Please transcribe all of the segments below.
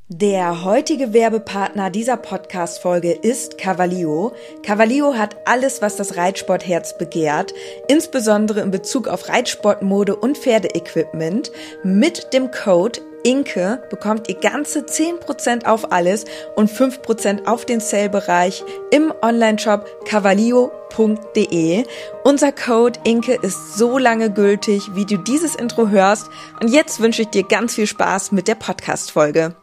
Der heutige Werbepartner dieser Podcast-Folge ist Cavallio. Cavallio hat alles, was das Reitsportherz begehrt, insbesondere in Bezug auf Reitsportmode und Pferdeequipment. Mit dem Code INKE bekommt ihr ganze 10% auf alles und 5% auf den Sale-Bereich im Onlineshop cavallio.de. Unser Code INKE ist so lange gültig, wie du dieses Intro hörst. Und jetzt wünsche ich dir ganz viel Spaß mit der Podcast-Folge.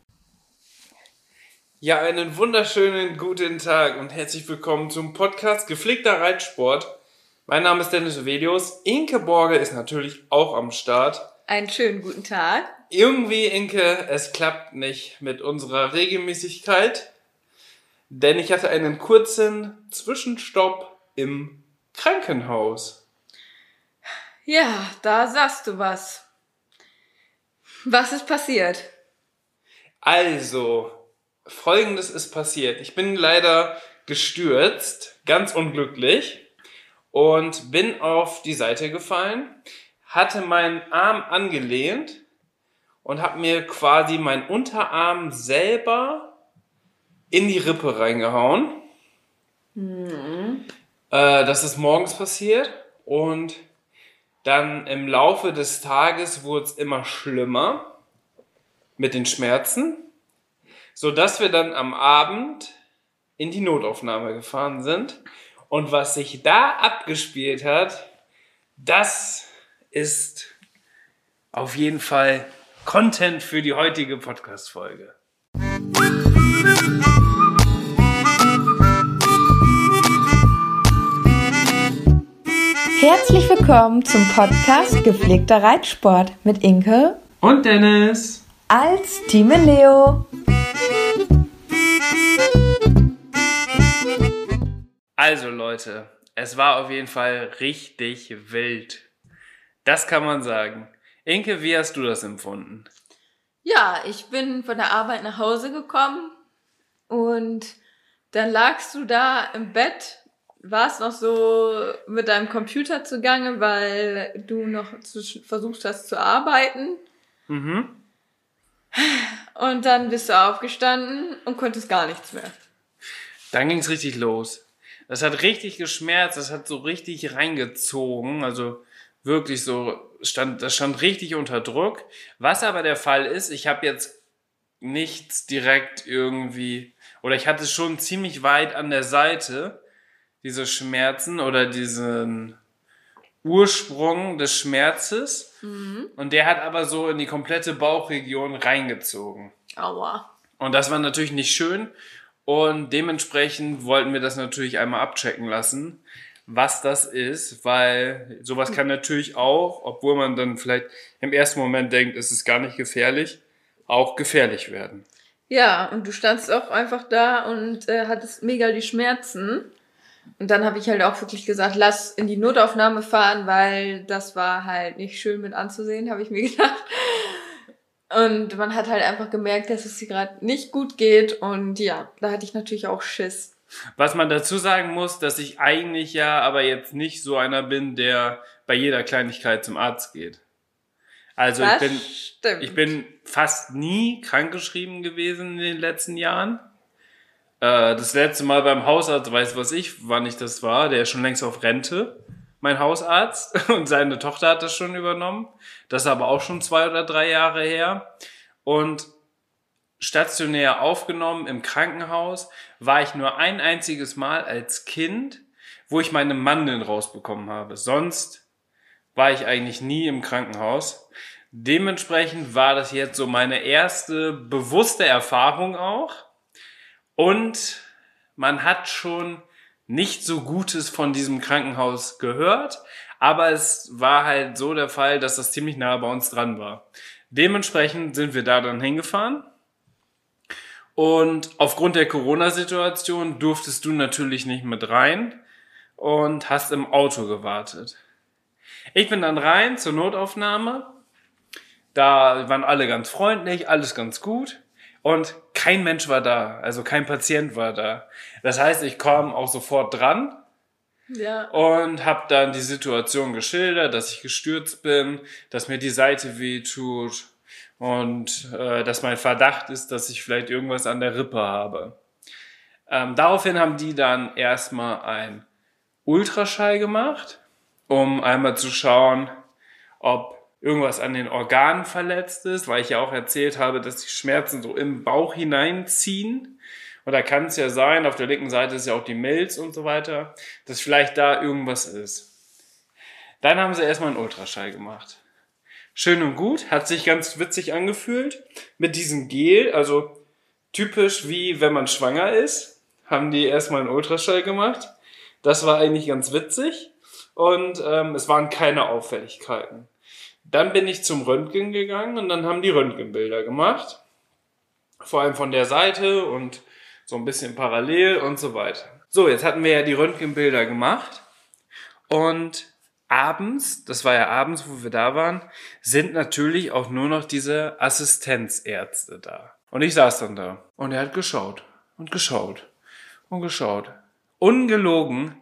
Ja, einen wunderschönen guten Tag und herzlich willkommen zum Podcast Gepflegter Reitsport. Mein Name ist Dennis Ovelius. Inke Borge ist natürlich auch am Start. Einen schönen guten Tag. Irgendwie, Inke, es klappt nicht mit unserer Regelmäßigkeit, denn ich hatte einen kurzen Zwischenstopp im Krankenhaus. Ja, da sagst du was. Was ist passiert? Also, Folgendes ist passiert. Ich bin leider gestürzt, ganz unglücklich, und bin auf die Seite gefallen, hatte meinen Arm angelehnt und habe mir quasi meinen Unterarm selber in die Rippe reingehauen. Das ist morgens passiert und dann im Laufe des Tages wurde es immer schlimmer mit den Schmerzen, sodass wir dann am Abend in die Notaufnahme gefahren sind. Und was sich da abgespielt hat, das ist auf jeden Fall Content für die heutige Podcast-Folge. Herzlich willkommen zum Podcast Gepflegter Reitsport mit Inke und Dennis als Team Leo. Also Leute, es war auf jeden Fall richtig wild. Das kann man sagen. Inke, wie hast du das empfunden? Ja, ich bin von der Arbeit nach Hause gekommen und dann lagst du da im Bett, warst noch so mit deinem Computer zugange, weil du noch versucht hast zu arbeiten. Und dann bist du aufgestanden und konntest gar nichts mehr. Dann ging es richtig los. Das hat richtig geschmerzt, das hat so richtig reingezogen, also wirklich so, das stand richtig unter Druck. Was aber der Fall ist, ich habe jetzt nichts direkt irgendwie, oder ich hatte schon ziemlich weit an der Seite, diese Schmerzen oder diesen Ursprung des Schmerzes. Und der hat aber so in die komplette Bauchregion reingezogen. Aua. Und das war natürlich nicht schön. Und dementsprechend wollten wir das natürlich einmal abchecken lassen, was das ist, weil sowas kann natürlich auch, obwohl man dann vielleicht im ersten Moment denkt, es ist gar nicht gefährlich, auch gefährlich werden. Ja, und du standst auch einfach da und hattest mega die Schmerzen. Und dann habe ich halt auch wirklich gesagt, lass in die Notaufnahme fahren, weil das war halt nicht schön mit anzusehen, habe ich mir gedacht. Und man hat halt einfach gemerkt, dass es dir gerade nicht gut geht. Und ja, da hatte ich natürlich auch Schiss. Was man dazu sagen muss, dass ich eigentlich ja aber jetzt nicht so einer bin, der bei jeder Kleinigkeit zum Arzt geht. Also ich bin fast nie krankgeschrieben gewesen in den letzten Jahren. Das letzte Mal beim Hausarzt, weiß was ich, wann ich das war, der ist schon längst auf Rente, mein Hausarzt, und seine Tochter hat das schon übernommen. Das ist aber auch schon 2 oder 3 Jahre her. Und stationär aufgenommen im Krankenhaus war ich nur ein einziges Mal als Kind, wo ich meine Mandeln rausbekommen habe. Sonst war ich eigentlich nie im Krankenhaus. Dementsprechend war das jetzt so meine erste bewusste Erfahrung auch. Und man hat schon nicht so Gutes von diesem Krankenhaus gehört, aber es war halt so der Fall, dass das ziemlich nah bei uns dran war. Dementsprechend sind wir da dann hingefahren und aufgrund der Corona-Situation durftest du natürlich nicht mit rein und hast im Auto gewartet. Ich bin dann rein zur Notaufnahme, da waren alle ganz freundlich, alles ganz gut. Und kein Mensch war da, also kein Patient war da. Das heißt, ich kam auch sofort dran und habe dann die Situation geschildert, dass ich gestürzt bin, dass mir die Seite wehtut und dass mein Verdacht ist, dass ich vielleicht irgendwas an der Rippe habe. Daraufhin haben die dann erstmal einen Ultraschall gemacht, um einmal zu schauen, ob irgendwas an den Organen verletzt ist, weil ich ja auch erzählt habe, dass die Schmerzen so im Bauch hineinziehen. Und da kann es ja sein, auf der linken Seite ist ja auch die Milz und so weiter, dass vielleicht da irgendwas ist. Dann haben sie erstmal einen Ultraschall gemacht. Schön und gut, hat sich ganz witzig angefühlt. Mit diesem Gel, also typisch wie wenn man schwanger ist, haben die erstmal einen Ultraschall gemacht. Das war eigentlich ganz witzig und es waren keine Auffälligkeiten. Dann bin ich zum Röntgen gegangen und dann haben die Röntgenbilder gemacht. Vor allem von der Seite und so ein bisschen parallel und so weiter. So, jetzt hatten wir ja die Röntgenbilder gemacht und abends, das war ja abends, wo wir da waren, sind natürlich auch nur noch diese Assistenzärzte da. Und ich saß dann da und er hat geschaut und geschaut und geschaut. Ungelogen,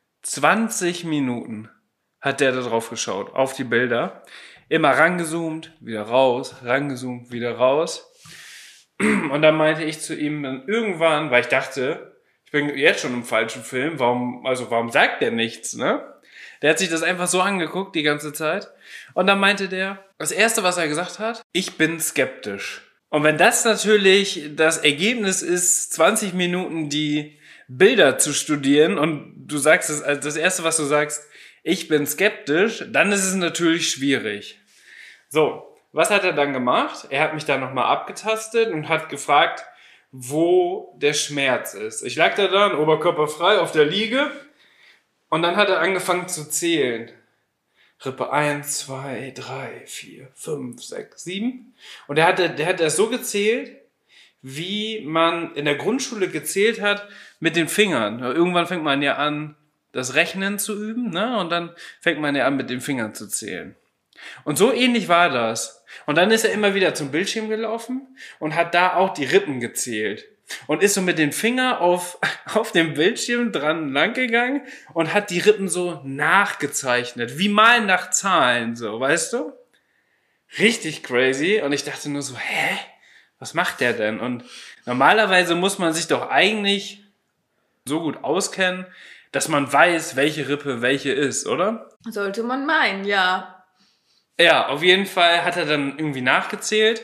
20 Minuten hat der da drauf geschaut, auf die Bilder. Immer rangezoomt, wieder raus, rangezoomt, wieder raus. Und dann meinte ich zu ihm dann irgendwann, weil ich dachte, ich bin jetzt schon im falschen Film, warum sagt der nichts, ne? Der hat sich das einfach so angeguckt die ganze Zeit. Und dann meinte der, das Erste, was er gesagt hat, ich bin skeptisch. Und wenn das natürlich das Ergebnis ist, 20 Minuten die Bilder zu studieren und du sagst es, also das Erste, was du sagst, ich bin skeptisch, dann ist es natürlich schwierig. So, was hat er dann gemacht? Er hat mich dann nochmal abgetastet und hat gefragt, wo der Schmerz ist. Ich lag da dann, oberkörperfrei auf der Liege und dann hat er angefangen zu zählen. Rippe 1, 2, 3, 4, 5, 6, 7. Und der hat das so gezählt, wie man in der Grundschule gezählt hat mit den Fingern. Irgendwann fängt man ja an, das Rechnen zu üben, ne? Und dann fängt man ja an, mit den Fingern zu zählen. Und so ähnlich war das. Und dann ist er immer wieder zum Bildschirm gelaufen und hat da auch die Rippen gezählt. Und ist so mit den Fingern auf dem Bildschirm dran lang gegangen und hat die Rippen so nachgezeichnet. Wie malen nach Zahlen, so, weißt du? Richtig crazy. Und ich dachte nur so, hä? Was macht der denn? Und normalerweise muss man sich doch eigentlich so gut auskennen, dass man weiß, welche Rippe welche ist, oder? Sollte man meinen, ja. Ja, auf jeden Fall hat er dann irgendwie nachgezählt.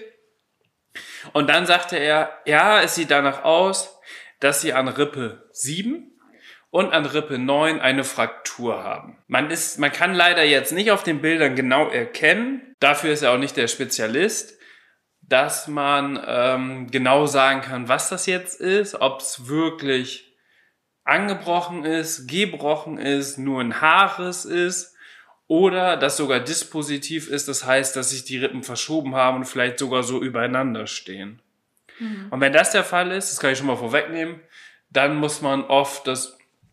Und dann sagte er, ja, es sieht danach aus, dass sie an Rippe 7 und an Rippe 9 eine Fraktur haben. Man kann leider jetzt nicht auf den Bildern genau erkennen, dafür ist er auch nicht der Spezialist, dass man genau sagen kann, was das jetzt ist, ob es wirklich angebrochen ist, gebrochen ist, nur ein Haarriss ist oder das sogar dispositiv ist, das heißt, dass sich die Rippen verschoben haben und vielleicht sogar so übereinander stehen. Mhm. Und wenn das der Fall ist, das kann ich schon mal vorwegnehmen, dann muss man oft das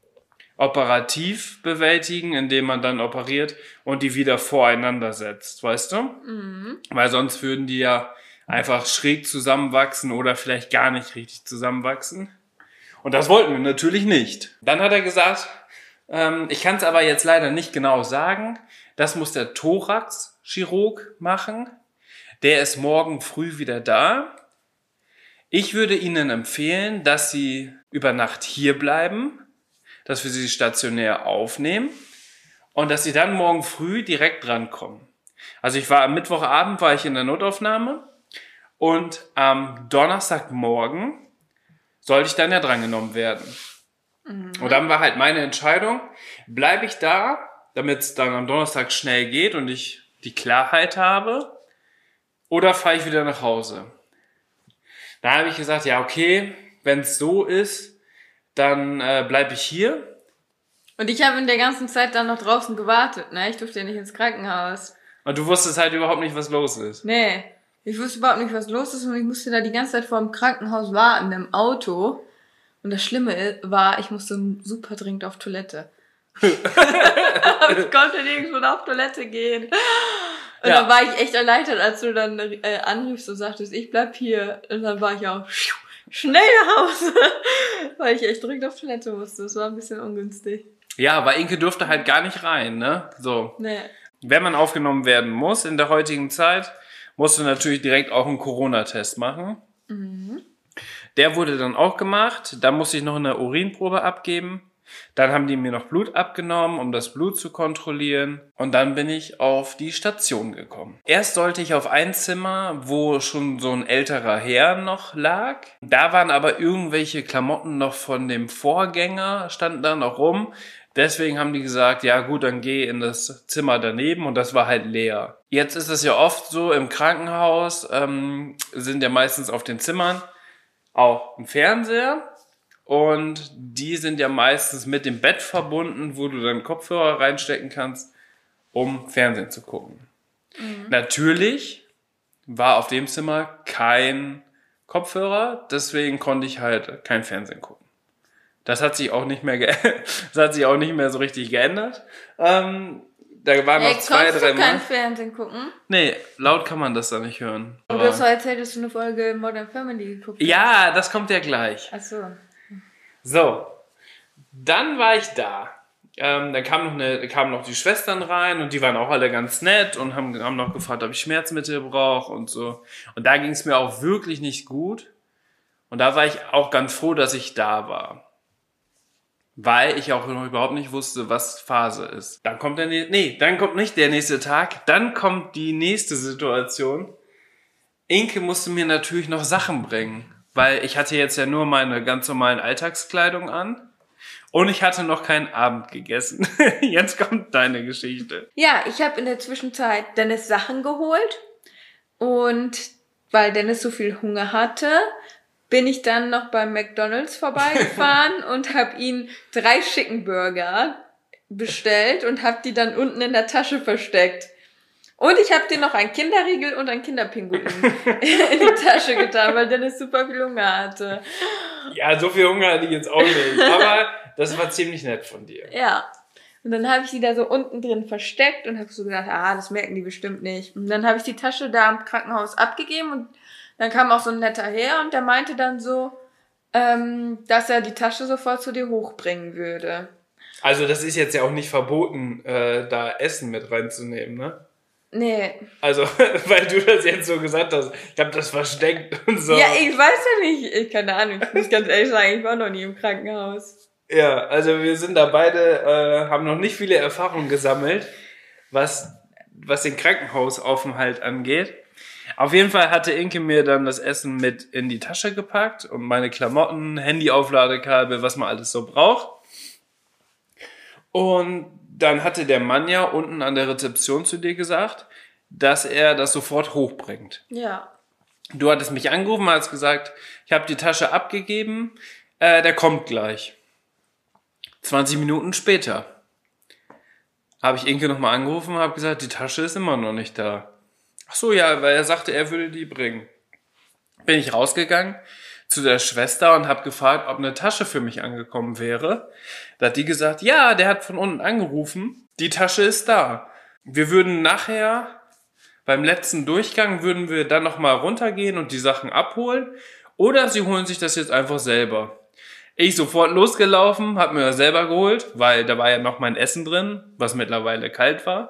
operativ bewältigen, indem man dann operiert und die wieder voreinander setzt, weißt du? Mhm. Weil sonst würden die ja einfach schräg zusammenwachsen oder vielleicht gar nicht richtig zusammenwachsen. Und das wollten wir natürlich nicht. Dann hat er gesagt, ich kann es aber jetzt leider nicht genau sagen, das muss der Thoraxchirurg machen. Der ist morgen früh wieder da. Ich würde Ihnen empfehlen, dass Sie über Nacht hier bleiben, dass wir Sie stationär aufnehmen und dass Sie dann morgen früh direkt drankommen. Also am Mittwochabend war ich in der Notaufnahme und am Donnerstagmorgen sollte ich dann ja drangenommen werden. Mhm. Und dann war halt meine Entscheidung, bleibe ich da, damit es dann am Donnerstag schnell geht und ich die Klarheit habe, oder fahre ich wieder nach Hause? Da habe ich gesagt, ja okay, wenn es so ist, dann bleibe ich hier. Und ich habe in der ganzen Zeit dann noch draußen gewartet, ne? Ich durfte ja nicht ins Krankenhaus. Und du wusstest halt überhaupt nicht, was los ist? Nee, ich wusste überhaupt nicht, was los ist und ich musste da die ganze Zeit vor dem Krankenhaus warten, im Auto. Und das Schlimme war, ich musste super dringend auf Toilette. Ich konnte nirgendwo auf Toilette gehen. Und dann war ich echt erleichtert, als du dann anriefst und sagtest, ich bleib hier. Und dann war ich auch schnell nach Hause, weil ich echt dringend auf Toilette musste. Das war ein bisschen ungünstig. Ja, aber Inke durfte halt gar nicht rein, ne? So. Nee. Wenn man aufgenommen werden muss in der heutigen Zeit, musste natürlich direkt auch einen Corona-Test machen. Mhm. Der wurde dann auch gemacht. Da musste ich noch eine Urinprobe abgeben. Dann haben die mir noch Blut abgenommen, um das Blut zu kontrollieren. Und dann bin ich auf die Station gekommen. Erst sollte ich auf ein Zimmer, wo schon so ein älterer Herr noch lag. Da waren aber irgendwelche Klamotten noch von dem Vorgänger, standen da noch rum. Deswegen haben die gesagt, ja gut, dann geh in das Zimmer daneben, und das war halt leer. Jetzt ist es ja oft so, im Krankenhaus sind ja meistens auf den Zimmern auch ein Fernseher, und die sind ja meistens mit dem Bett verbunden, wo du dann Kopfhörer reinstecken kannst, um Fernsehen zu gucken. Mhm. Natürlich war auf dem Zimmer kein Kopfhörer, deswegen konnte ich halt kein Fernsehen gucken. Das hat sich auch nicht mehr so richtig geändert. Da waren noch 2-3 Mal. Kein Fernsehen gucken? Nee, laut kann man das da nicht hören. Und du hast doch erzählt, dass du eine Folge Modern Family geguckt hast. Ja, das kommt ja gleich. Ach so. So, dann war ich da. Da kamen noch die Schwestern rein, und die waren auch alle ganz nett und haben noch gefragt, ob ich Schmerzmittel brauche und so. Und da ging es mir auch wirklich nicht gut. Und da war ich auch ganz froh, dass ich da war. Weil ich auch noch überhaupt nicht wusste, was Phase ist. Dann kommt dann kommt nicht der nächste Tag, dann kommt die nächste Situation. Inke musste mir natürlich noch Sachen bringen, weil ich hatte jetzt ja nur meine ganz normalen Alltagskleidung an und ich hatte noch keinen Abend gegessen. Jetzt kommt deine Geschichte. Ja, ich habe in der Zwischenzeit Dennis Sachen geholt, und weil Dennis so viel Hunger hatte, bin ich dann noch beim McDonald's vorbeigefahren und habe ihn 3 Chicken Burger bestellt und habe die dann unten in der Tasche versteckt. Und ich habe dir noch einen Kinderriegel und einen Kinderpinguin in die Tasche getan, weil Dennis super viel Hunger hatte. Ja, so viel Hunger hatte ich jetzt auch nicht, aber das war ziemlich nett von dir. Ja. Und dann habe ich die da so unten drin versteckt und habe so gedacht, das merken die bestimmt nicht. Und dann habe ich die Tasche da im Krankenhaus abgegeben, und dann kam auch so ein netter Herr, und der meinte dann so, dass er die Tasche sofort zu dir hochbringen würde. Also das ist jetzt ja auch nicht verboten, da Essen mit reinzunehmen, ne? Nee. Also, weil du das jetzt so gesagt hast, ich habe das versteckt und so. Ja, ich weiß ja nicht, keine Ahnung, ich muss ganz ehrlich sagen, ich war noch nie im Krankenhaus. Ja, also wir sind da beide, haben noch nicht viele Erfahrungen gesammelt, was den Krankenhausaufenthalt angeht. Auf jeden Fall hatte Inke mir dann das Essen mit in die Tasche gepackt und meine Klamotten, Handy-Aufladekabel, was man alles so braucht. Und dann hatte der Mann ja unten an der Rezeption zu dir gesagt, dass er das sofort hochbringt. Ja. Du hattest mich angerufen, hast gesagt, ich habe die Tasche abgegeben, der kommt gleich. 20 Minuten später habe ich Inke nochmal angerufen und habe gesagt, die Tasche ist immer noch nicht da. Ach so, ja, weil er sagte, er würde die bringen. Bin ich rausgegangen zu der Schwester und habe gefragt, ob eine Tasche für mich angekommen wäre. Da hat die gesagt, ja, der hat von unten angerufen, die Tasche ist da. Wir würden nachher, beim letzten Durchgang, würden wir dann nochmal runtergehen und die Sachen abholen, oder sie holen sich das jetzt einfach selber. Ich sofort losgelaufen, habe mir das selber geholt, weil da war ja noch mein Essen drin, was mittlerweile kalt war.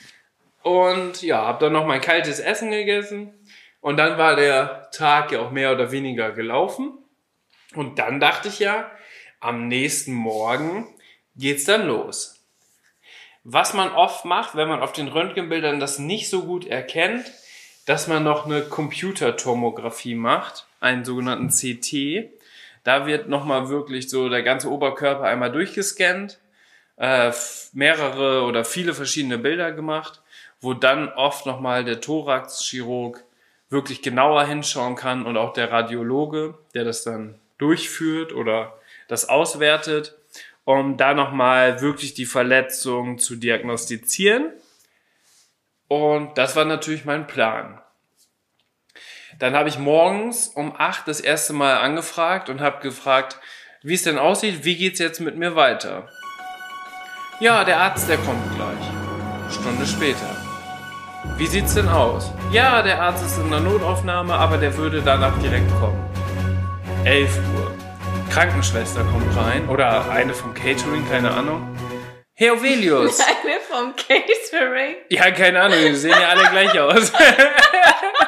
Und ja, habe dann noch mein kaltes Essen gegessen. Und dann war der Tag ja auch mehr oder weniger gelaufen. Und dann dachte ich ja, am nächsten Morgen geht's dann los. Was man oft macht, wenn man auf den Röntgenbildern das nicht so gut erkennt, dass man noch eine Computertomographie macht, einen sogenannten CT. Da wird nochmal wirklich so der ganze Oberkörper einmal durchgescannt, mehrere oder viele verschiedene Bilder gemacht, wo dann oft nochmal der Thoraxchirurg wirklich genauer hinschauen kann und auch der Radiologe, der das dann durchführt oder das auswertet, um da nochmal wirklich die Verletzung zu diagnostizieren. Und das war natürlich mein Plan. Dann habe ich morgens um 8 das erste Mal angefragt und habe gefragt, wie es denn aussieht, wie geht's jetzt mit mir weiter? Ja, der Arzt, der kommt gleich. Stunde später. Wie sieht's denn aus? Ja, der Arzt ist in der Notaufnahme, aber der würde danach direkt kommen. 11 Uhr. Krankenschwester kommt rein. Oder eine vom Catering, keine Ahnung. Herr Ovelius. Eine vom Catering? Ja, keine Ahnung, die sehen ja alle gleich aus.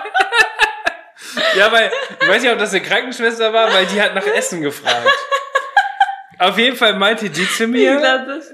Ja, weil, ich weiß nicht, ob das eine Krankenschwester war, weil die hat nach Essen gefragt. Auf jeden Fall meinte die zu mir. Ich glaub, das.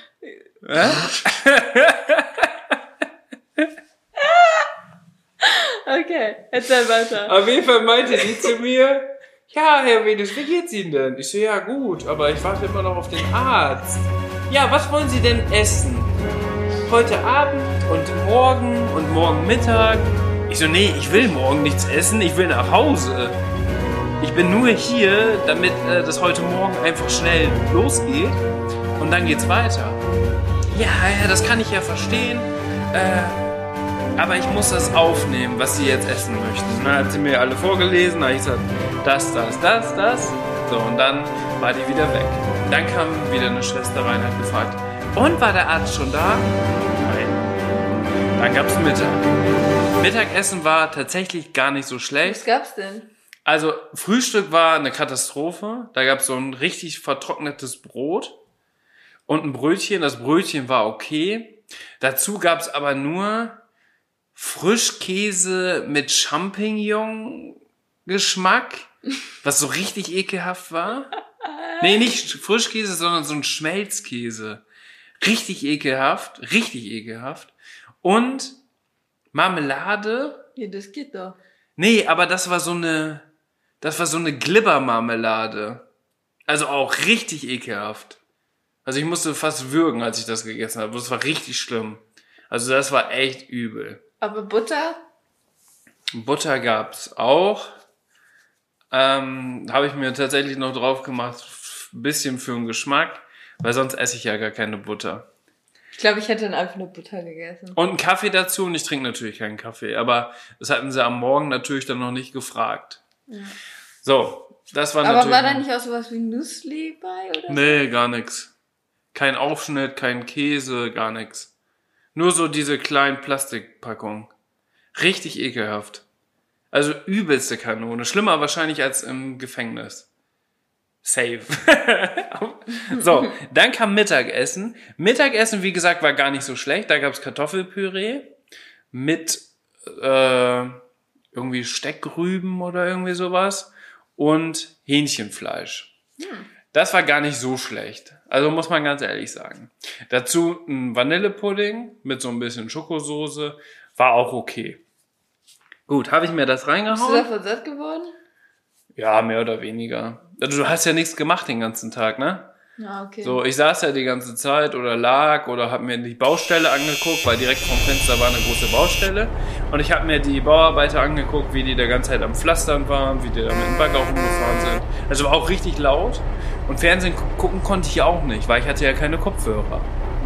Okay, erzähl weiter. Auf jeden Fall meinte die zu mir, ja, Herr Venus, wie geht's Ihnen denn? Ich so, ja gut, aber ich warte immer noch auf den Arzt. Ja, was wollen Sie denn essen? Heute Abend und morgen Mittag? Ich so, nee, ich will morgen nichts essen, ich will nach Hause. Ich bin nur hier, damit das heute Morgen einfach schnell losgeht und dann geht's weiter. Ja, das kann ich ja verstehen. Aber ich muss das aufnehmen, was Sie jetzt essen möchten. Dann hat sie mir alle vorgelesen, da habe ich gesagt, das. So, und dann war die wieder weg. Dann kam wieder eine Schwester rein und hat gefragt, und war der Arzt schon da? Nein. Dann gab es Mittag. Mittagessen war tatsächlich gar nicht so schlecht. Was gab's denn? Also, Frühstück war eine Katastrophe. Da gab es so ein richtig vertrocknetes Brot und ein Brötchen. Das Brötchen war okay. Dazu gab es aber nur Frischkäse mit Champignon-Geschmack, was so richtig ekelhaft war. Nee, nicht Frischkäse, sondern so ein Schmelzkäse. Richtig ekelhaft. Und Marmelade. Ja, das geht doch. Nee, aber das war so eine Glibbermarmelade. Also auch richtig ekelhaft. Also ich musste fast würgen, als ich das gegessen habe. Das war richtig schlimm. Also das war echt übel. Aber Butter? Butter gab's auch. Habe ich mir tatsächlich noch drauf gemacht, ein bisschen für den Geschmack, weil sonst esse ich ja gar keine Butter. Ich glaube, ich hätte dann einfach nur Butter gegessen. Und einen Kaffee dazu, und ich trinke natürlich keinen Kaffee, aber das hatten sie am Morgen natürlich dann noch nicht gefragt. Ja. So, das war natürlich... Aber war da nicht auch sowas wie Müsli bei, oder? Nee, gar nichts. Kein Aufschnitt, kein Käse, gar nichts. Nur so diese kleinen Plastikpackungen. Richtig ekelhaft. Also übelste Kanone. Schlimmer wahrscheinlich als im Gefängnis. Safe. So, dann kam Mittagessen. Mittagessen, wie gesagt, war gar nicht so schlecht. Da gab's Kartoffelpüree mit irgendwie Steckrüben oder irgendwie sowas und Hähnchenfleisch. Das war gar nicht so schlecht. Also muss man ganz ehrlich sagen. Dazu ein Vanillepudding mit so ein bisschen Schokosoße. War auch okay. Gut, habe ich mir das reingehauen. Bist du davon satt geworden? Ja, mehr oder weniger. Also du hast ja nichts gemacht den ganzen Tag, ne? Ja, okay. So, ich saß ja die ganze Zeit oder lag oder habe mir die Baustelle angeguckt, weil direkt vom Fenster war eine große Baustelle. Und ich habe mir die Bauarbeiter angeguckt, wie die der ganze Zeit am Pflastern waren, wie die da mit dem Bagger rumgefahren sind. Also war auch richtig laut. Und Fernsehen gucken konnte ich ja auch nicht, weil ich hatte ja keine Kopfhörer.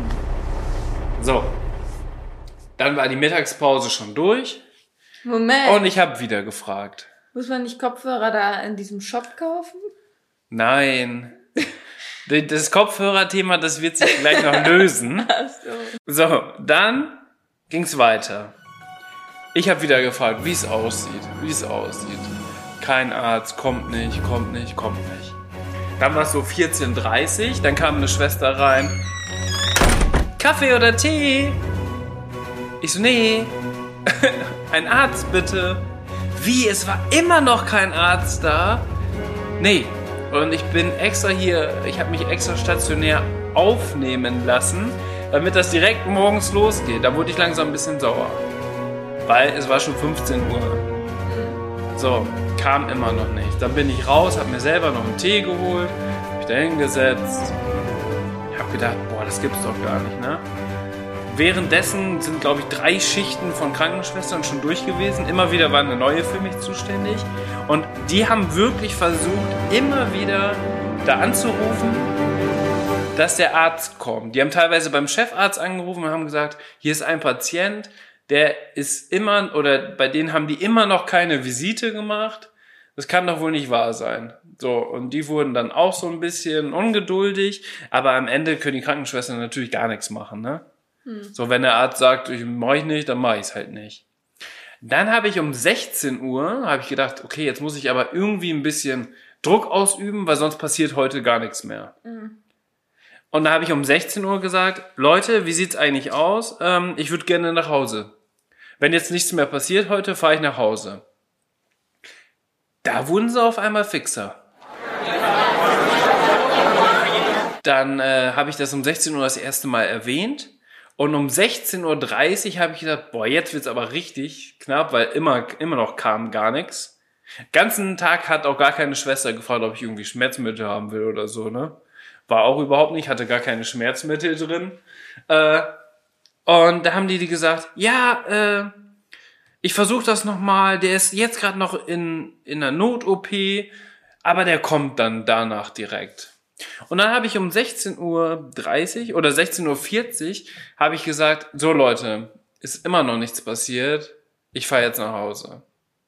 So. Dann war die Mittagspause schon durch. Moment. Und ich habe wieder gefragt. Muss man nicht Kopfhörer da in diesem Shop kaufen? Nein. Das Kopfhörerthema, das wird sich gleich noch lösen. Ach so. So, dann ging's weiter. Ich habe wieder gefragt, wie es aussieht. Kein Arzt, kommt nicht. Dann war es so 14:30 Uhr, dann kam eine Schwester rein. Kaffee oder Tee? Ich so, nee. Ein Arzt bitte. Wie, es war immer noch kein Arzt da? Nee. Und ich bin extra hier, ich habe mich extra stationär aufnehmen lassen, damit das direkt morgens losgeht. Da wurde ich langsam ein bisschen sauer. Weil es war schon 15 Uhr. So, kam immer noch nicht. Dann bin ich raus, habe mir selber noch einen Tee geholt, hab mich da hingesetzt. Ich habe gedacht, boah, das gibt's doch gar nicht, ne? Währenddessen sind, glaube ich, 3 Schichten von Krankenschwestern schon durch gewesen. Immer wieder war eine neue für mich zuständig. Und die haben wirklich versucht, immer wieder da anzurufen, dass der Arzt kommt. Die haben teilweise beim Chefarzt angerufen und haben gesagt, hier ist ein Patient, der ist immer, oder bei denen haben die immer noch keine Visite gemacht. Das kann doch wohl nicht wahr sein. So, und die wurden dann auch so ein bisschen ungeduldig. Aber am Ende können die Krankenschwestern natürlich gar nichts machen, ne? So, wenn der Arzt sagt, ich mache ich nicht, dann mache ich es halt nicht. Dann habe ich um 16 Uhr, habe ich gedacht, okay, jetzt muss ich aber irgendwie ein bisschen Druck ausüben, weil sonst passiert heute gar nichts mehr. Und da habe ich um 16 Uhr gesagt, Leute, wie sieht's eigentlich aus? Ich würde gerne nach Hause. Wenn jetzt nichts mehr passiert heute, fahre ich nach Hause. Da wurden sie auf einmal fixer. Dann habe ich das um 16 Uhr das erste Mal erwähnt. Und um 16.30 Uhr habe ich gedacht, boah, jetzt wird's aber richtig knapp, weil immer noch kam gar nichts. Den ganzen Tag hat auch gar keine Schwester gefragt, ob ich irgendwie Schmerzmittel haben will oder so, ne? War auch überhaupt nicht, hatte gar keine Schmerzmittel drin. Und da haben die gesagt, ja, ich versuche das nochmal, der ist jetzt gerade noch in der Not-OP, aber der kommt dann danach direkt. Und dann habe ich um 16.30 Uhr oder 16.40 Uhr habe ich gesagt, so Leute, ist immer noch nichts passiert, ich fahre jetzt nach Hause.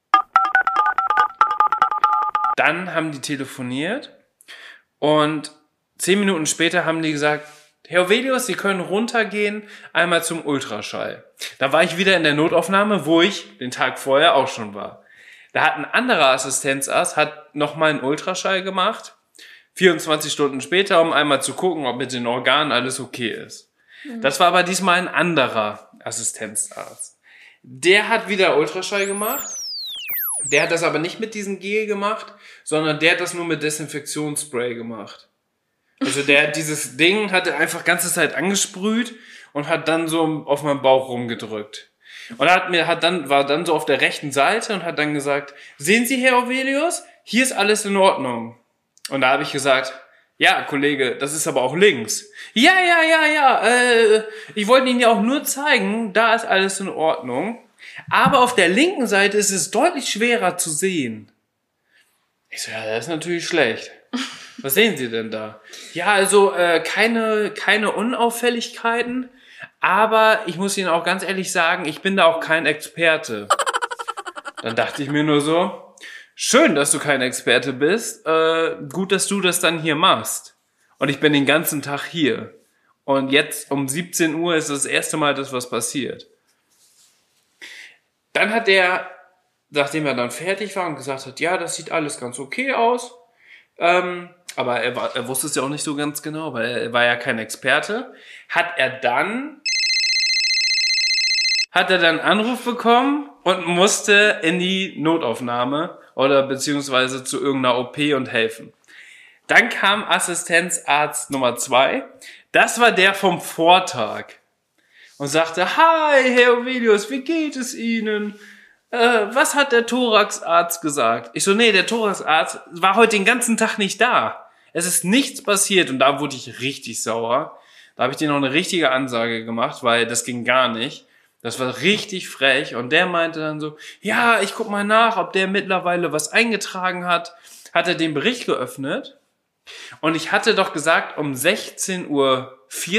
Dann haben die telefoniert und 10 Minuten später haben die gesagt, Herr Ovelius, Sie können runtergehen, einmal zum Ultraschall. Da war ich wieder in der Notaufnahme, wo ich den Tag vorher auch schon war. Da hat ein anderer Assistenzarzt, hat nochmal einen Ultraschall gemacht, 24 Stunden später, um einmal zu gucken, ob mit den Organen alles okay ist. Das war aber diesmal ein anderer Assistenzarzt. Der hat wieder Ultraschall gemacht. Der hat das aber nicht mit diesem Gel gemacht, sondern der hat das nur mit Desinfektionsspray gemacht. Also dieses Ding hat er einfach ganze Zeit angesprüht und hat dann so auf meinem Bauch rumgedrückt. Und war dann so auf der rechten Seite und hat dann gesagt, sehen Sie, Herr Ovelius, hier ist alles in Ordnung. Und da habe ich gesagt, ja, Kollege, das ist aber auch links. Ja, ich wollte Ihnen ja auch nur zeigen, da ist alles in Ordnung. Aber auf der linken Seite ist es deutlich schwerer zu sehen. Ich so, ja, das ist natürlich schlecht. Was sehen Sie denn da? Ja, also keine Unauffälligkeiten, aber ich muss Ihnen auch ganz ehrlich sagen, ich bin da auch kein Experte. Dann dachte ich mir nur so, schön, dass du kein Experte bist, gut, dass du das dann hier machst. Und ich bin den ganzen Tag hier. Und jetzt um 17 Uhr ist das erste Mal, dass was passiert. Dann hat er, nachdem er dann fertig war und gesagt hat, ja, das sieht alles ganz okay aus, aber er wusste es ja auch nicht so ganz genau, weil er war ja kein Experte, hat er dann einen Anruf bekommen und musste in die Notaufnahme oder beziehungsweise zu irgendeiner OP und helfen. Dann kam Assistenzarzt Nummer 2, das war der vom Vortag und sagte, hi Herr Ovelius, wie geht es Ihnen? Was hat der Thoraxarzt gesagt? Ich so, nee, der Thoraxarzt war heute den ganzen Tag nicht da. Es ist nichts passiert und da wurde ich richtig sauer. Da habe ich dir noch eine richtige Ansage gemacht, weil das ging gar nicht. Das war richtig frech und der meinte dann so, ja, ich guck mal nach, ob der mittlerweile was eingetragen hat. Hat er den Bericht geöffnet und ich hatte doch gesagt um 16.40 Uhr,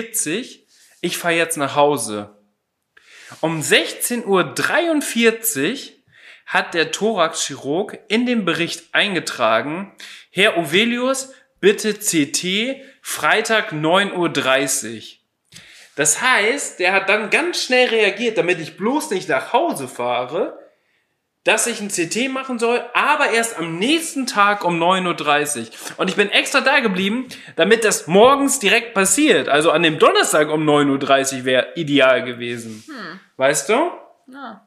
ich fahre jetzt nach Hause. Um 16.43 Uhr hat der Thoraxchirurg in den Bericht eingetragen, Herr Ovelius, bitte CT, Freitag 9.30 Uhr. Das heißt, der hat dann ganz schnell reagiert, damit ich bloß nicht nach Hause fahre, dass ich ein CT machen soll, aber erst am nächsten Tag um 9.30 Uhr. Und ich bin extra da geblieben, damit das morgens direkt passiert. Also an dem Donnerstag um 9.30 Uhr wäre ideal gewesen. Weißt du? Ja.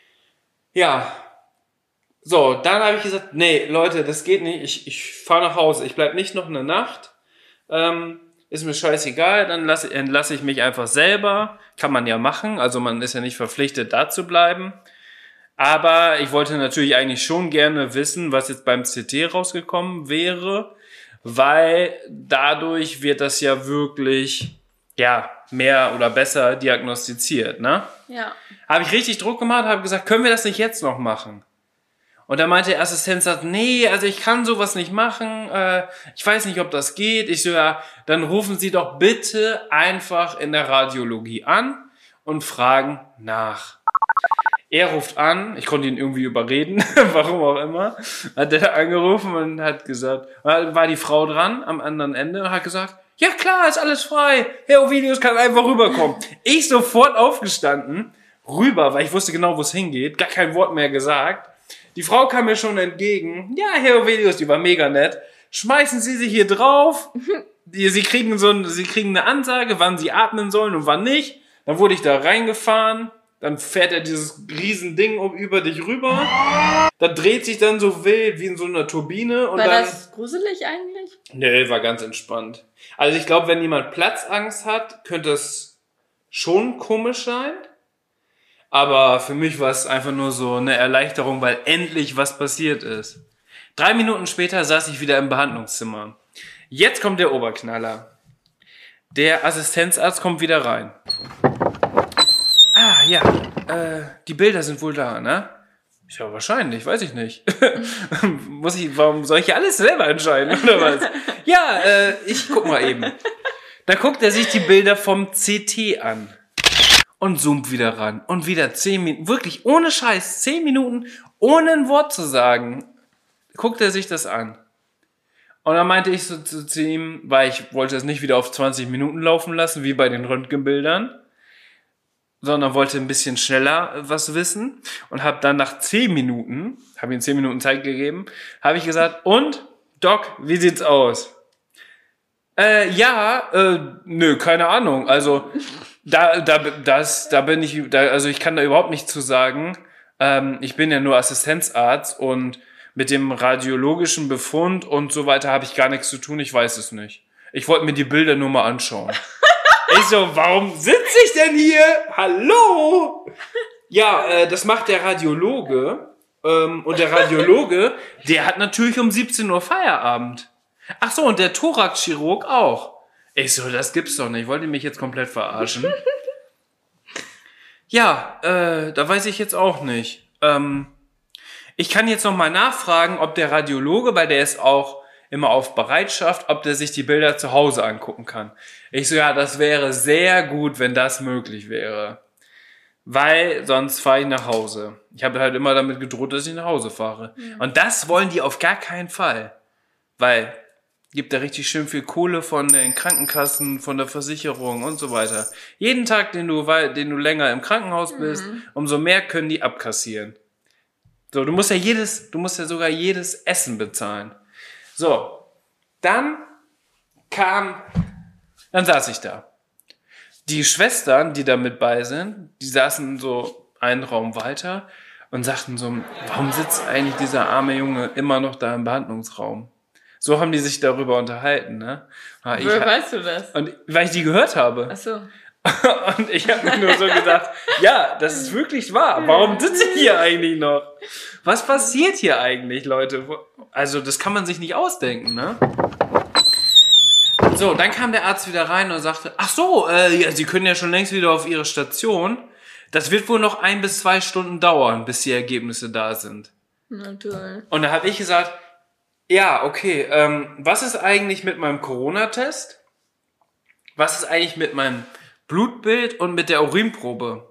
Ja. So, dann habe ich gesagt, nee, Leute, das geht nicht. Ich fahre nach Hause. Ich bleib nicht noch eine Nacht. Ist mir scheißegal. Dann entlasse ich mich einfach selber. Kann man ja machen. Also man ist ja nicht verpflichtet, da zu bleiben. Aber ich wollte natürlich eigentlich schon gerne wissen, was jetzt beim CT rausgekommen wäre, weil dadurch wird das ja wirklich, ja, mehr oder besser diagnostiziert, ne? Ja. Habe ich richtig Druck gemacht, habe gesagt, können wir das nicht jetzt noch machen? Und da meinte der Assistent, nee, also ich kann sowas nicht machen, ich weiß nicht, ob das geht. Ich so, ja, dann rufen Sie doch bitte einfach in der Radiologie an und fragen nach. Er ruft an, ich konnte ihn irgendwie überreden, warum auch immer, hat er angerufen und hat gesagt, war die Frau dran am anderen Ende und hat gesagt, ja klar, ist alles frei, Herr Ovelius kann einfach rüberkommen. Ich sofort aufgestanden, rüber, weil ich wusste genau, wo es hingeht, gar kein Wort mehr gesagt. Die Frau kam mir schon entgegen, ja, Herr Ovelius, die war mega nett, schmeißen Sie sich hier drauf, Sie kriegen eine Ansage, wann Sie atmen sollen und wann nicht. Dann wurde ich da reingefahren, dann fährt er dieses riesen Ding über dich rüber, dann dreht sich dann so wild wie in so einer Turbine. Und war dann, das gruselig eigentlich? Nee, war ganz entspannt. Also ich glaube, wenn jemand Platzangst hat, könnte es schon komisch sein. Aber für mich war es einfach nur so eine Erleichterung, weil endlich was passiert ist. 3 Minuten später saß ich wieder im Behandlungszimmer. Jetzt kommt der Oberknaller. Der Assistenzarzt kommt wieder rein. Ah, ja, die Bilder sind wohl da, ne? Ja, wahrscheinlich, weiß ich nicht. Warum soll ich hier alles selber entscheiden, oder was? Ja, ich guck mal eben. Da guckt er sich die Bilder vom CT an. Und zoomt wieder ran. Und wieder 10 Minuten, wirklich ohne Scheiß, 10 Minuten, ohne ein Wort zu sagen, guckt er sich das an. Und dann meinte ich so zu ihm, weil ich wollte es nicht wieder auf 20 Minuten laufen lassen, wie bei den Röntgenbildern, sondern wollte ein bisschen schneller was wissen und habe dann nach 10 Minuten, habe ihm 10 Minuten Zeit gegeben, habe ich gesagt, und, Doc, wie sieht's aus? Nö, keine Ahnung, also also ich kann da überhaupt nichts zu sagen, ich bin ja nur Assistenzarzt und mit dem radiologischen Befund und so weiter habe ich gar nichts zu tun, ich weiß es nicht. Ich wollte mir die Bilder nur mal anschauen. Ich so, warum sitze ich denn hier? Hallo? Ja, das macht der Radiologe. Und der Radiologe, der hat natürlich um 17 Uhr Feierabend. Ach so, und der Thoraxchirurg auch. Ich so, das gibt's doch nicht. Wollt ihr mich jetzt komplett verarschen? Ja, da weiß ich jetzt auch nicht. Ich kann jetzt noch mal nachfragen, ob der Radiologe, weil der ist auch immer auf Bereitschaft, ob der sich die Bilder zu Hause angucken kann. Ich so, ja, das wäre sehr gut, wenn das möglich wäre. Weil sonst fahre ich nach Hause. Ich habe halt immer damit gedroht, dass ich nach Hause fahre. Ja. Und das wollen die auf gar keinen Fall. Weil gibt da richtig schön viel Kohle von den Krankenkassen, von der Versicherung und so weiter. Jeden Tag, den du länger im Krankenhaus bist, umso mehr können die abkassieren. So, du musst ja sogar jedes Essen bezahlen. So, dann saß ich da. Die Schwestern, die da mit bei sind, die saßen so einen Raum weiter und sagten so, warum sitzt eigentlich dieser arme Junge immer noch da im Behandlungsraum? So haben die sich darüber unterhalten, ne? Woher weißt du das? Und weil ich die gehört habe. Ach so. Und ich habe mir nur so gedacht, ja, das ist wirklich wahr. Warum sitze ich hier eigentlich noch? Was passiert hier eigentlich, Leute? Also, das kann man sich nicht ausdenken, ne? So, dann kam der Arzt wieder rein und sagte, ach so, ja, Sie können ja schon längst wieder auf Ihre Station. Das wird wohl noch 1 bis 2 Stunden dauern, bis die Ergebnisse da sind. Na toll. Und da habe ich gesagt, ja, okay, was ist eigentlich mit meinem Corona-Test? Was ist eigentlich mit meinem Blutbild und mit der Urinprobe?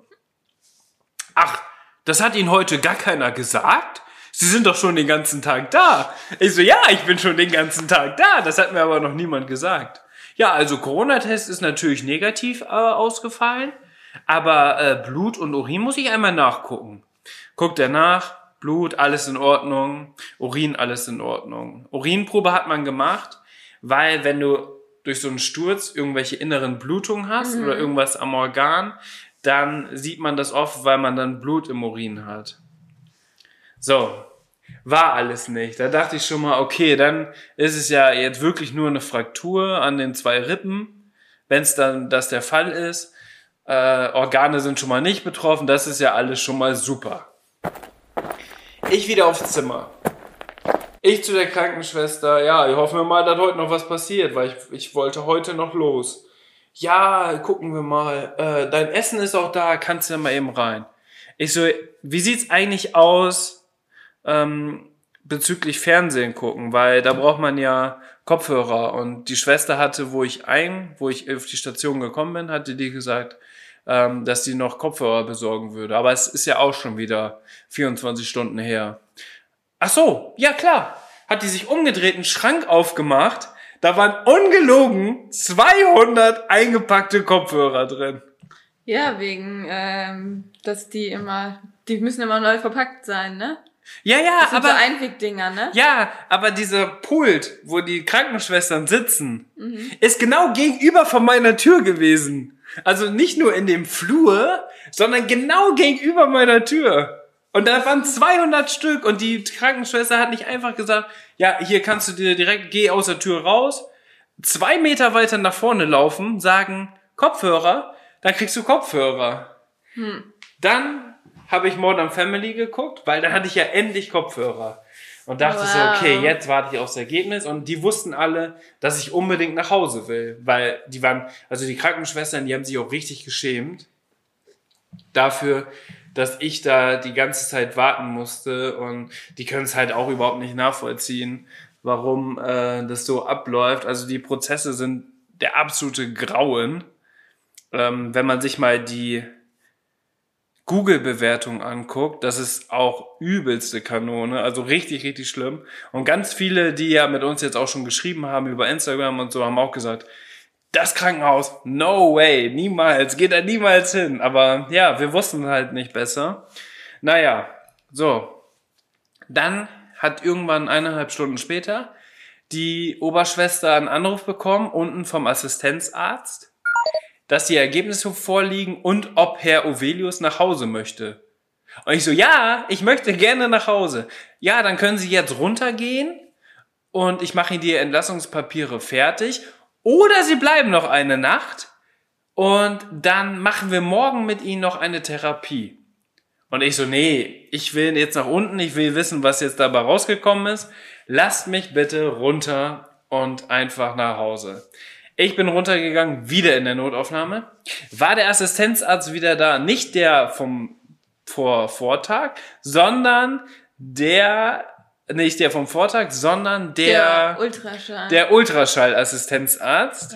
Ach, das hat Ihnen heute gar keiner gesagt? Sie sind doch schon den ganzen Tag da. Ich so, ja, ich bin schon den ganzen Tag da. Das hat mir aber noch niemand gesagt. Ja, also Corona-Test ist natürlich negativ ausgefallen, aber Blut und Urin muss ich einmal nachgucken. Guckt er nach, Blut, alles in Ordnung, Urin, alles in Ordnung. Urinprobe hat man gemacht, weil wenn du durch so einen Sturz irgendwelche inneren Blutungen hast oder irgendwas am Organ, dann sieht man das oft, weil man dann Blut im Urin hat. So, war alles nicht. Da dachte ich schon mal, okay, dann ist es ja jetzt wirklich nur eine Fraktur an den 2 Rippen. Wenn es dann das der Fall ist, Organe sind schon mal nicht betroffen, das ist ja alles schon mal super. Ich wieder aufs Zimmer. Ich zu der Krankenschwester, ja, ich hoffe mal, dass heute noch was passiert, weil ich wollte heute noch los. Ja, gucken wir mal, dein Essen ist auch da, kannst du ja mal eben rein. Ich so, wie sieht's eigentlich aus bezüglich Fernsehen gucken, weil da braucht man ja Kopfhörer und die Schwester hatte, wo ich auf die Station gekommen bin, hatte die gesagt, dass die noch Kopfhörer besorgen würde. Aber es ist ja auch schon wieder 24 Stunden her. Ach so, ja klar. Hat die sich umgedreht, einen Schrank aufgemacht. Da waren ungelogen 200 eingepackte Kopfhörer drin. Ja, wegen, dass die müssen immer neu verpackt sein, ne? Ja, das sind aber so Einwegdinger, ne? Ja, aber dieser Pult, wo die Krankenschwestern sitzen, ist genau gegenüber von meiner Tür gewesen. Also nicht nur in dem Flur, sondern genau gegenüber meiner Tür. Und da waren 200 Stück und die Krankenschwester hat nicht einfach gesagt, ja, hier kannst du dir direkt, geh aus der Tür raus, 2 Meter weiter nach vorne laufen, sagen Kopfhörer, dann kriegst du Kopfhörer. Dann habe ich Modern Family geguckt, weil dann hatte ich ja endlich Kopfhörer. Und dachte so, okay, jetzt warte ich aufs Ergebnis. Und die wussten alle, dass ich unbedingt nach Hause will. Weil die waren, also die Krankenschwestern, die haben sich auch richtig geschämt dafür, dass ich da die ganze Zeit warten musste. Und die können es halt auch überhaupt nicht nachvollziehen, warum das so abläuft. Also die Prozesse sind der absolute Grauen. Wenn man sich mal die Google-Bewertung anguckt, das ist auch übelste Kanone, also richtig, richtig schlimm. Und ganz viele, die ja mit uns jetzt auch schon geschrieben haben über Instagram und so, haben auch gesagt, das Krankenhaus, no way, niemals, geht da niemals hin. Aber ja, wir wussten halt nicht besser. Naja, so. Dann hat irgendwann 1,5 Stunden später die Oberschwester einen Anruf bekommen, unten vom Assistenzarzt, dass die Ergebnisse vorliegen und ob Herr Ovelius nach Hause möchte. Und ich so, ja, ich möchte gerne nach Hause. Ja, dann können Sie jetzt runtergehen und ich mache Ihnen die Entlassungspapiere fertig. Oder Sie bleiben noch eine Nacht und dann machen wir morgen mit Ihnen noch eine Therapie. Und ich so, nee, ich will jetzt nach unten, ich will wissen, was jetzt dabei rausgekommen ist. Lasst mich bitte runter und einfach nach Hause. Ich bin runtergegangen, wieder in der Notaufnahme. War der Assistenzarzt wieder da? Nicht der vom Vortag, sondern der Ultraschall-Assistenzarzt,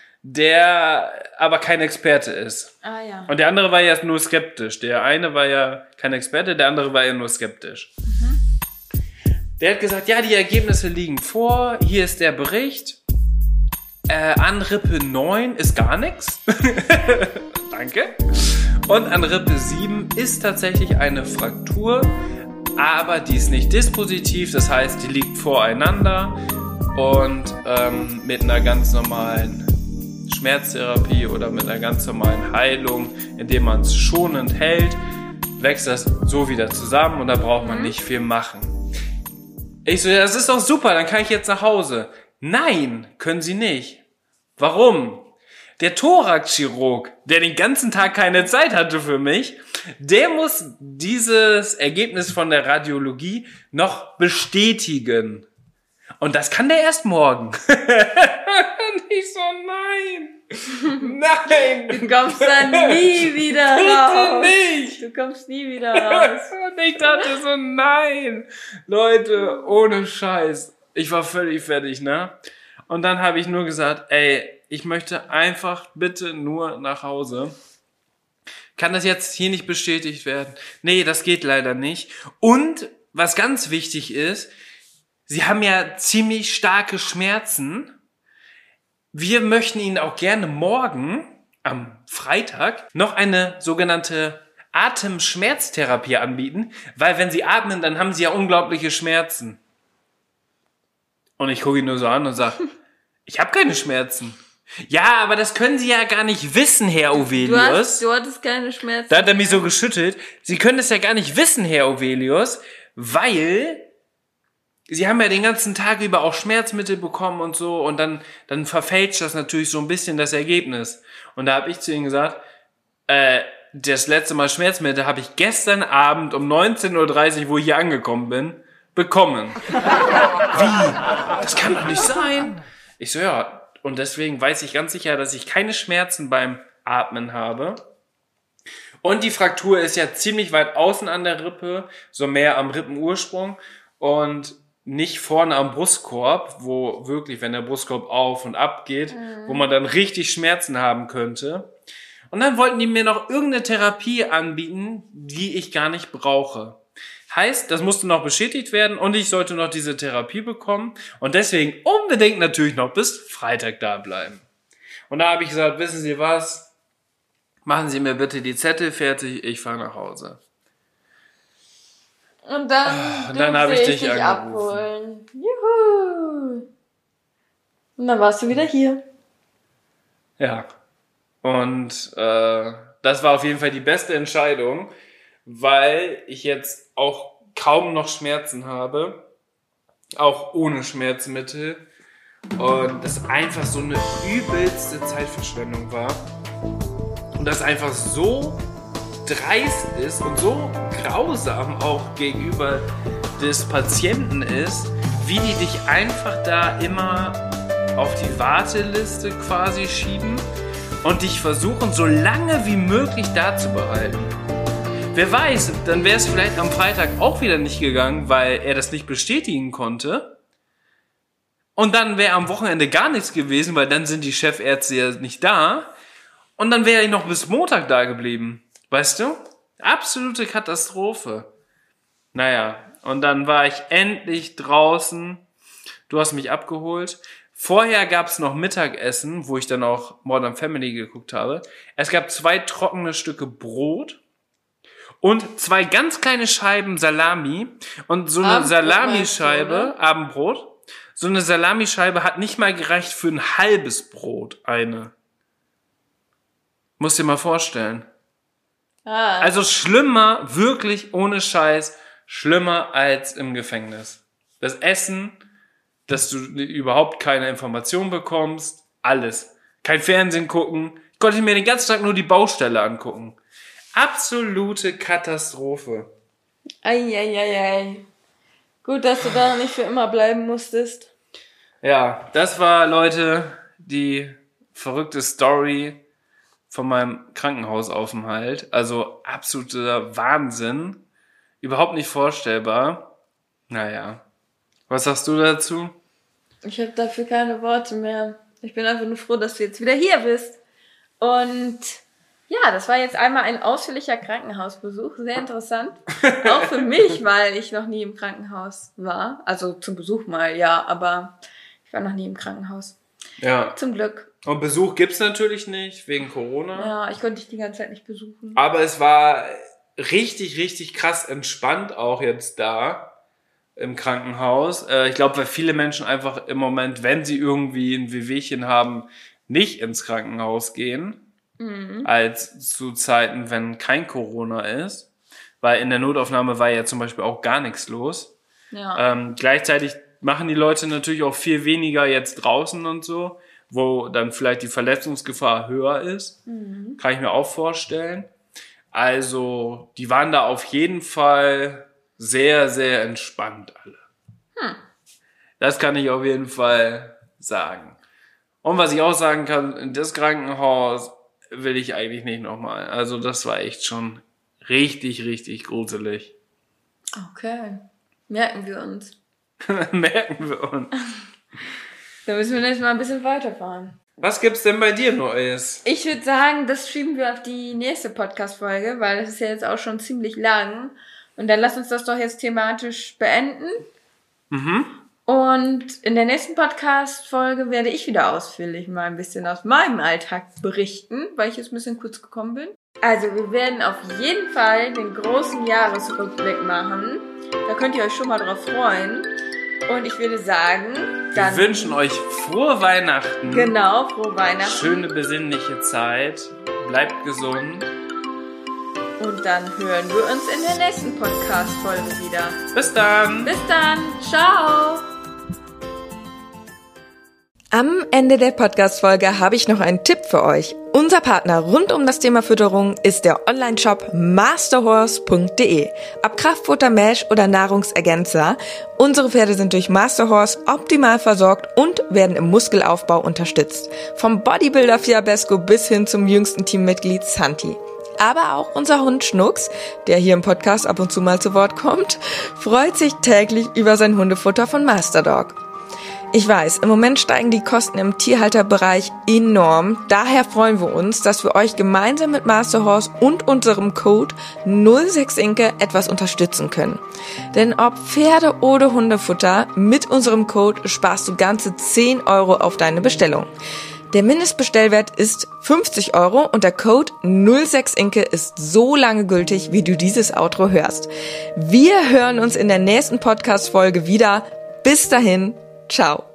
der aber kein Experte ist. Ah, ja. Und der andere war ja nur skeptisch. Der eine war ja kein Experte, der andere war ja nur skeptisch. Der hat gesagt, ja, die Ergebnisse liegen vor, hier ist der Bericht. An Rippe 9 ist gar nichts. Danke. Und an Rippe 7 ist tatsächlich eine Fraktur, aber die ist nicht dispositiv, das heißt, die liegt voreinander und mit einer ganz normalen Schmerztherapie oder mit einer ganz normalen Heilung, indem man es schonend hält, wächst das so wieder zusammen und da braucht man nicht viel machen. Ich so, ja, das ist doch super, dann kann ich jetzt nach Hause. Nein, können Sie nicht. Warum? Der Thoraxchirurg, der den ganzen Tag keine Zeit hatte für mich, der muss dieses Ergebnis von der Radiologie noch bestätigen. Und das kann der erst morgen. Und ich so, nein. Nein. Du kommst dann nie wieder raus. Bitte nicht. Du kommst nie wieder raus. Und ich dachte so, nein. Leute, ohne Scheiß. Ich war völlig fertig, ne? Und dann habe ich nur gesagt, ey, ich möchte einfach bitte nur nach Hause. Kann das jetzt hier nicht bestätigt werden? Nee, das geht leider nicht. Und was ganz wichtig ist, Sie haben ja ziemlich starke Schmerzen. Wir möchten Ihnen auch gerne morgen, am Freitag, noch eine sogenannte Atemschmerztherapie anbieten, weil wenn Sie atmen, dann haben Sie ja unglaubliche Schmerzen. Und ich gucke ihn nur so an und sage, ich habe keine Schmerzen. Ja, aber das können Sie ja gar nicht wissen, Herr Ovelius. Du hattest keine Schmerzen. Da hat er mich so geschüttelt. Sie können das ja gar nicht wissen, Herr Ovelius, weil Sie haben ja den ganzen Tag über auch Schmerzmittel bekommen und so und dann verfälscht das natürlich so ein bisschen das Ergebnis. Und da habe ich zu Ihnen gesagt, das letzte Mal Schmerzmittel habe ich gestern Abend um 19:30 Uhr, wo ich hier angekommen bin, bekommen. Wie? Das kann doch nicht sein. Ich so, ja, und deswegen weiß ich ganz sicher, dass ich keine Schmerzen beim Atmen habe. Und die Fraktur ist ja ziemlich weit außen an der Rippe, so mehr am Rippenursprung und nicht vorne am Brustkorb, wo wirklich, wenn der Brustkorb auf und ab geht, wo man dann richtig Schmerzen haben könnte. Und dann wollten die mir noch irgendeine Therapie anbieten, die ich gar nicht brauche. Heißt, das musste noch bestätigt werden und ich sollte noch diese Therapie bekommen und deswegen unbedingt natürlich noch bis Freitag da bleiben. Und da habe ich gesagt, wissen Sie was? Machen Sie mir bitte die Zettel fertig, ich fahre nach Hause. Und dann habe ich dich angerufen. Abholen. Juhu! Und dann warst du wieder hier. Ja. Und das war auf jeden Fall die beste Entscheidung, weil ich jetzt auch kaum noch Schmerzen habe, auch ohne Schmerzmittel. Und das einfach so eine übelste Zeitverschwendung war. Und das einfach so dreist ist und so grausam auch gegenüber des Patienten ist, wie die dich einfach da immer auf die Warteliste quasi schieben und dich versuchen, so lange wie möglich da zu behalten. Wer weiß, dann wäre es vielleicht am Freitag auch wieder nicht gegangen, weil er das nicht bestätigen konnte. Und dann wäre am Wochenende gar nichts gewesen, weil dann sind die Chefärzte ja nicht da. Und dann wäre ich noch bis Montag da geblieben. Weißt du? Absolute Katastrophe. Naja, und dann war ich endlich draußen. Du hast mich abgeholt. Vorher gab es noch Mittagessen, wo ich dann auch Modern Family geguckt habe. Es gab 2 trockene Stücke Brot und 2 ganz kleine Scheiben Salami. Und so eine Salamischeibe, Abendbrot, so eine Salamischeibe hat nicht mal gereicht für ein halbes Brot, eine. Musst dir mal vorstellen. Also schlimmer, wirklich ohne Scheiß, schlimmer als im Gefängnis. Das Essen, dass du überhaupt keine Information bekommst, alles. Kein Fernsehen gucken. Ich konnte mir den ganzen Tag nur die Baustelle angucken. Absolute Katastrophe. Eieiei. Gut, dass du da nicht für immer bleiben musstest. Ja, das war, Leute, die verrückte Story von meinem Krankenhausaufenthalt. Also absoluter Wahnsinn. Überhaupt nicht vorstellbar. Naja. Was sagst du dazu? Ich habe dafür keine Worte mehr. Ich bin einfach nur froh, dass du jetzt wieder hier bist. Und ja, das war jetzt einmal ein ausführlicher Krankenhausbesuch. Sehr interessant. Auch für mich, weil ich noch nie im Krankenhaus war. Also zum Besuch mal, ja, aber ich war noch nie im Krankenhaus. Ja. Zum Glück. Und Besuch gibt's natürlich nicht, wegen Corona. Ja, ich konnte dich die ganze Zeit nicht besuchen. Aber es war richtig, richtig krass entspannt auch jetzt da im Krankenhaus. Ich glaube, weil viele Menschen einfach im Moment, wenn sie irgendwie ein Wehwehchen haben, nicht ins Krankenhaus gehen. Als zu Zeiten, wenn kein Corona ist. Weil in der Notaufnahme war ja zum Beispiel auch gar nichts los. Ja. Gleichzeitig machen die Leute natürlich auch viel weniger jetzt draußen und so, wo dann vielleicht die Verletzungsgefahr höher ist. Kann ich mir auch vorstellen. Also, die waren da auf jeden Fall sehr, sehr entspannt alle. Das kann ich auf jeden Fall sagen. Und was ich auch sagen kann, in das Krankenhaus will ich eigentlich nicht nochmal. Also das war echt schon richtig, richtig gruselig. Okay. Merken wir uns. Merken wir uns. Da müssen wir nächstes Mal ein bisschen weiterfahren. Was gibt's denn bei dir Neues? Ich würde sagen, das schieben wir auf die nächste Podcast-Folge, weil das ist ja jetzt auch schon ziemlich lang. Und dann lass uns das doch jetzt thematisch beenden. Und in der nächsten Podcast-Folge werde ich wieder ausführlich mal ein bisschen aus meinem Alltag berichten, weil ich jetzt ein bisschen kurz gekommen bin. Also wir werden auf jeden Fall den großen Jahresrückblick machen. Da könnt ihr euch schon mal drauf freuen. Und ich würde sagen, dann wir wünschen euch frohe Weihnachten. Genau, frohe Weihnachten. Schöne besinnliche Zeit. Bleibt gesund. Und dann hören wir uns in der nächsten Podcast-Folge wieder. Bis dann. Bis dann. Ciao. Am Ende der Podcast-Folge habe ich noch einen Tipp für euch. Unser Partner rund um das Thema Fütterung ist der Online-Shop masterhorse.de. Ob Kraftfutter, Mesh oder Nahrungsergänzer, unsere Pferde sind durch Masterhorse optimal versorgt und werden im Muskelaufbau unterstützt. Vom Bodybuilder Fiabesco bis hin zum jüngsten Teammitglied Santi. Aber auch unser Hund Schnucks, der hier im Podcast ab und zu mal zu Wort kommt, freut sich täglich über sein Hundefutter von Masterdog. Ich weiß, im Moment steigen die Kosten im Tierhalterbereich enorm. Daher freuen wir uns, dass wir euch gemeinsam mit Masterhorse und unserem Code 06inke etwas unterstützen können. Denn ob Pferde- oder Hundefutter, mit unserem Code sparst du ganze 10 € auf deine Bestellung. Der Mindestbestellwert ist 50 € und der Code 06inke ist so lange gültig, wie du dieses Outro hörst. Wir hören uns in der nächsten Podcast-Folge wieder. Bis dahin, ciao.